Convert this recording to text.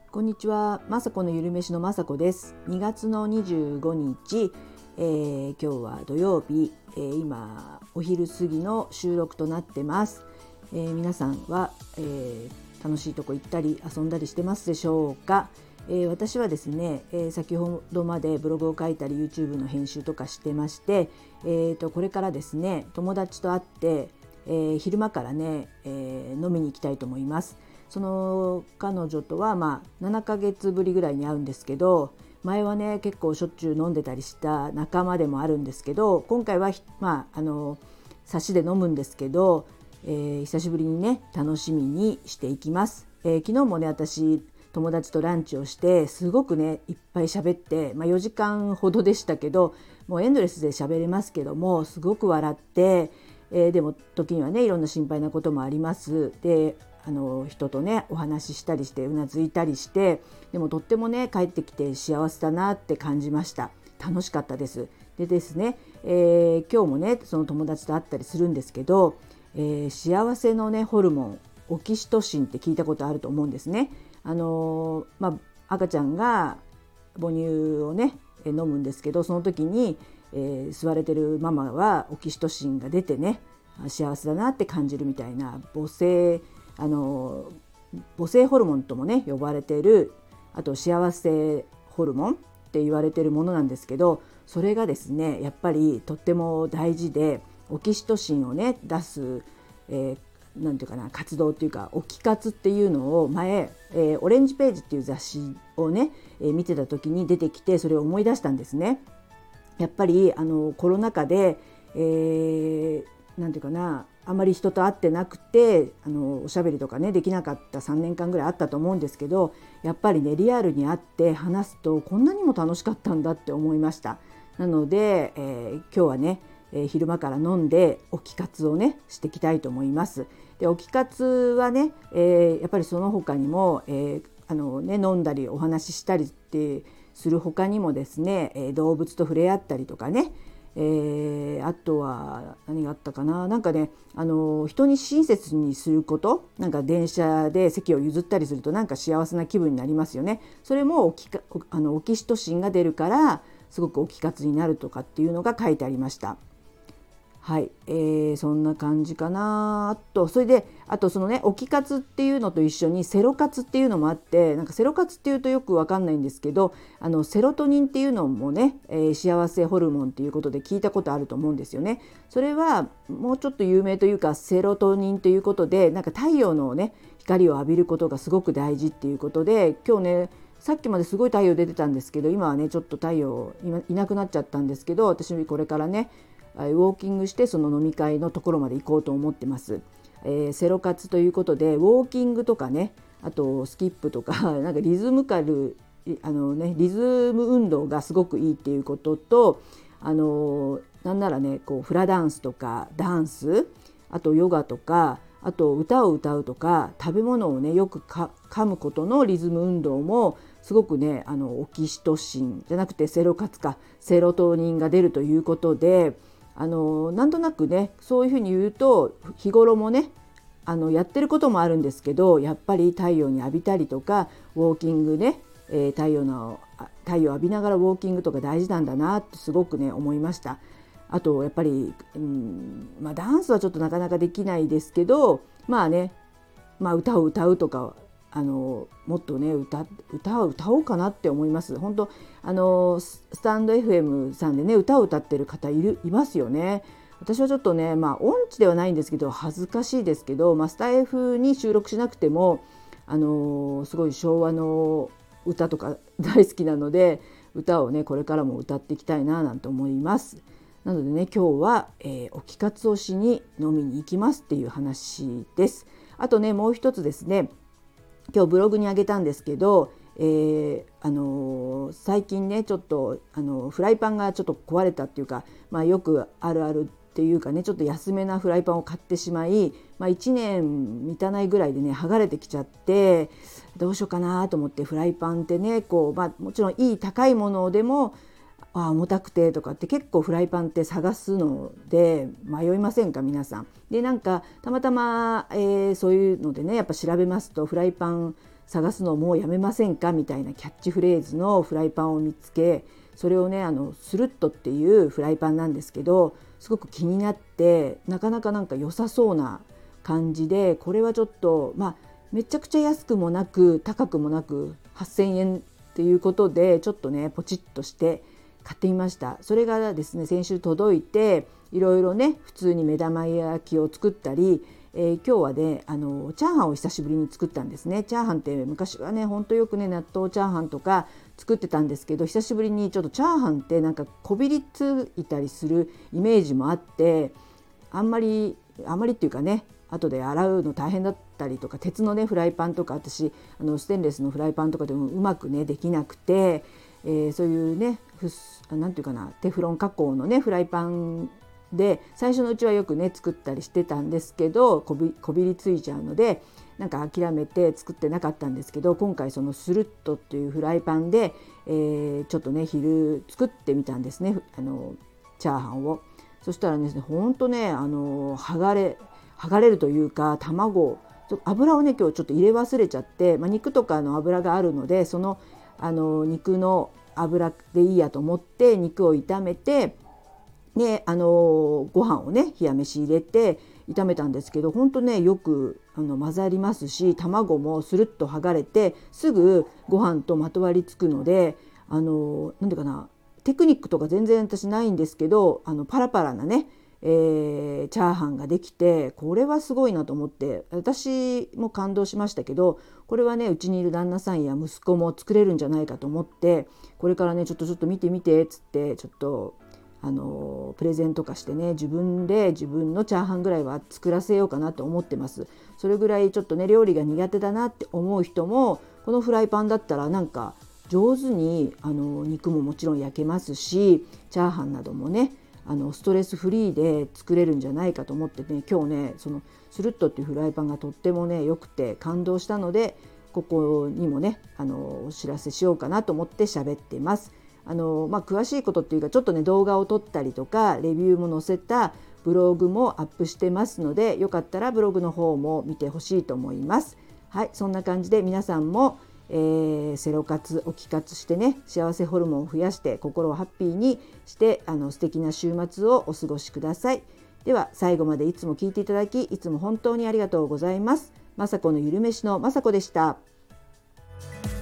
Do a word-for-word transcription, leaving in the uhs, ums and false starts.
こんにちは、まさこのゆるめしのまさこです。にがつのにじゅうごにち、えー、今日は土曜日、えー、今お昼過ぎの収録となってます。えー、皆さんは、えー、楽しいとこ行ったり遊んだりしてますでしょうか。えー、私はですね、えー、先ほどまでブログを書いたり YouTube の編集とかしてまして、えー、とこれからですね友達と会って、えー、昼間からね、えー、飲みに行きたいと思います。その彼女とはまあななかげつぶりぐらいに会うんですけど、前はね結構しょっちゅう飲んでたりした仲間でもあるんですけど、今回はまああの差しで飲むんですけど、えー、久しぶりにね楽しみにしていきます。えー、昨日もね私友達とランチをしてすごくねいっぱい喋って、まあ、よじかんほどでしたけど、もうエンドレスで喋れますけどもすごく笑って、えー、でも時にはねいろんな心配なこともあります。であの人とねお話ししたりしてうなずいたりして、でもとってもね帰ってきて幸せだなって感じました。楽しかったです。でですね、えー、今日もねその友達と会ったりするんですけど、えー、幸せのねホルモンオキシトシンって聞いたことあると思うんですね。あのーまあ、赤ちゃんが母乳をね飲むんですけど、その時に、えー、吸われてるママはオキシトシンが出てね幸せだなって感じるみたいな母性あの母性ホルモンともね呼ばれている、あと幸せホルモンって言われているものなんですけど、それがですねやっぱりとっても大事で、オキシトシンをね出す、えー、なんていうかな活動っていうかオキ活っていうのを前、えー、オレンジページっていう雑誌をね、えー、見てた時に出てきて、それを思い出したんですね。やっぱりあのコロナ禍で、えー、なんていうかなあまり人と会ってなくてあのおしゃべりとかねできなかったさんねんかんぐらいあったと思うんですけど、やっぱりねリアルに会って話すとこんなにも楽しかったんだって思いました。なので、えー、今日はね、えー、昼間から飲んでオキ活をねしていきたいと思います。でオキ活はね、えー、やっぱりその他にも、えーあのね、飲んだりお話ししたりってする他にもですね、えー、動物と触れ合ったりとかね、えー、あとは何があったかな、なんかねあの人に親切にすること、なんか電車で席を譲ったりするとなんか幸せな気分になりますよね。それもオキかあのオキシトシンが出るからすごくオキ活になるとかっていうのが書いてありました。はい、えー、そんな感じかな。あとそれであとそのねオキ活っていうのと一緒にセロ活っていうのもあって、なんかセロ活っていうとよくわかんないんですけど、あのセロトニンっていうのもね、えー、幸せホルモンっていうことで聞いたことあると思うんですよね。それはもうちょっと有名というか、セロトニンということでなんか太陽のね光を浴びることがすごく大事っていうことで、今日ねさっきまですごい太陽出てたんですけど、今はねちょっと太陽いなくなっちゃったんですけど、私これからねウォーキングしてその飲み会のところまで行こうと思ってます。えー、セロ活ということでウォーキングとかね、あとスキップとかなんかリズムカルあの、ね、リズム運動がすごくいいっていうことと、あのなんならねこうフラダンスとかダンス、あとヨガとか、あと歌を歌うとか食べ物をねよくか噛むことのリズム運動もすごくねあのオキシトシンじゃなくてセロ活かセロトニンが出るということで、あのなんとなくねそういうふうに言うと日頃もねあのやってることもあるんですけど、やっぱり太陽に浴びたりとかウォーキングね、えー、太陽の太陽を浴びながらウォーキングとか大事なんだなってすごくね思いました。あとやっぱり、うんまあ、ダンスはちょっとなかなかできないですけど、まあね、まあ、歌を歌うとかあのもっとね 歌, 歌を歌おうかなって思います。本当あのスタンド エフエム さんでね歌を歌ってる方いるいますよね。私はちょっとね、まあ、音痴ではないんですけど恥ずかしいですけど、まあ、スタイフに収録しなくてもあのすごい昭和の歌とか大好きなので、歌をねこれからも歌っていきたいななんて思います。なのでね今日は、えー、オキ活をしに飲みに行きますっていう話です。あとねもう一つですね、今日ブログにあげたんですけど、えーあのー、最近ねちょっと、あのー、フライパンがちょっと壊れたっていうか、まあ、よくあるあるっていうかねちょっと安めなフライパンを買ってしまい、まあ、いちねん満たないぐらいでね剥がれてきちゃって、どうしようかなと思って、フライパンってねこう、まあ、もちろんいい高いものでもあ重たくてとかって結構フライパンって探すので迷いませんか皆さん。でなんかたまたま、えー、そういうのでねやっぱ調べますと、フライパン探すのもうやめませんかみたいなキャッチフレーズのフライパンを見つけ、それをねあのスルットっていうフライパンなんですけど、すごく気になって、なかなかなんか良さそうな感じで、これはちょっとまあめちゃくちゃ安くもなく高くもなくはっせんえんっていうことで、ちょっとねポチッとして買ってみました。それがですね先週届いて、いろいろね普通に目玉焼きを作ったり、えー、今日はねあのチャーハンを久しぶりに作ったんですね。チャーハンって昔はねほんとよくね納豆チャーハンとか作ってたんですけど、久しぶりにちょっとチャーハンってなんかこびりついたりするイメージもあって、あんまりあんまりっていうかね、後で洗うの大変だったりとか、鉄のねフライパンとか、私あのステンレスのフライパンとかでもうまくねできなくて、えー、そういうねなんていうかなテフロン加工のねフライパンで最初のうちはよくね作ったりしてたんですけど、こび、こびりついちゃうのでなんか諦めて作ってなかったんですけど、今回そのスルットっていうフライパンで、えー、ちょっとね昼作ってみたんですね、あのチャーハンを。そしたらですねほんとねあの剥がれ剥がれるというか、卵油をね今日ちょっと入れ忘れちゃって、まあ、肉とかの油があるので、そのあの肉の油でいいやと思って肉を炒めて、であのご飯をね冷や飯入れて炒めたんですけど、本当ねよくあの混ざりますし、卵もスルッと剥がれてすぐご飯とまとわりつくので、あのなんていうかなテクニックとか全然私ないんですけど、あのパラパラなね、えー、チャーハンができて、これはすごいなと思って、私も感動しましたけど、これはねうちにいる旦那さんや息子も作れるんじゃないかと思って、これからねちょっとちょっと見てみてっつってちょっとあのプレゼント化してね、自分で自分のチャーハンぐらいは作らせようかなと思ってます。それぐらいちょっとね料理が苦手だなって思う人も、このフライパンだったらなんか上手にあの肉ももちろん焼けますし、チャーハンなどもねあのストレスフリーで作れるんじゃないかと思ってね、今日ねそのスルットっていうフライパンがとってもね良くて感動したので、ここにもねあのお知らせしようかなと思って喋っています。あの、まあ、詳しいことっていうか、ちょっとね動画を撮ったりとかレビューも載せたブログもアップしてますので、よかったらブログの方も見てほしいと思います。はい、そんな感じで皆さんも、えー、セロ活おき活してね、幸せホルモンを増やして心をハッピーにしてあの素敵な週末をお過ごしください。では最後までいつも聞いていただき、いつも本当にありがとうございます。まさこのゆるめしのまさこでした。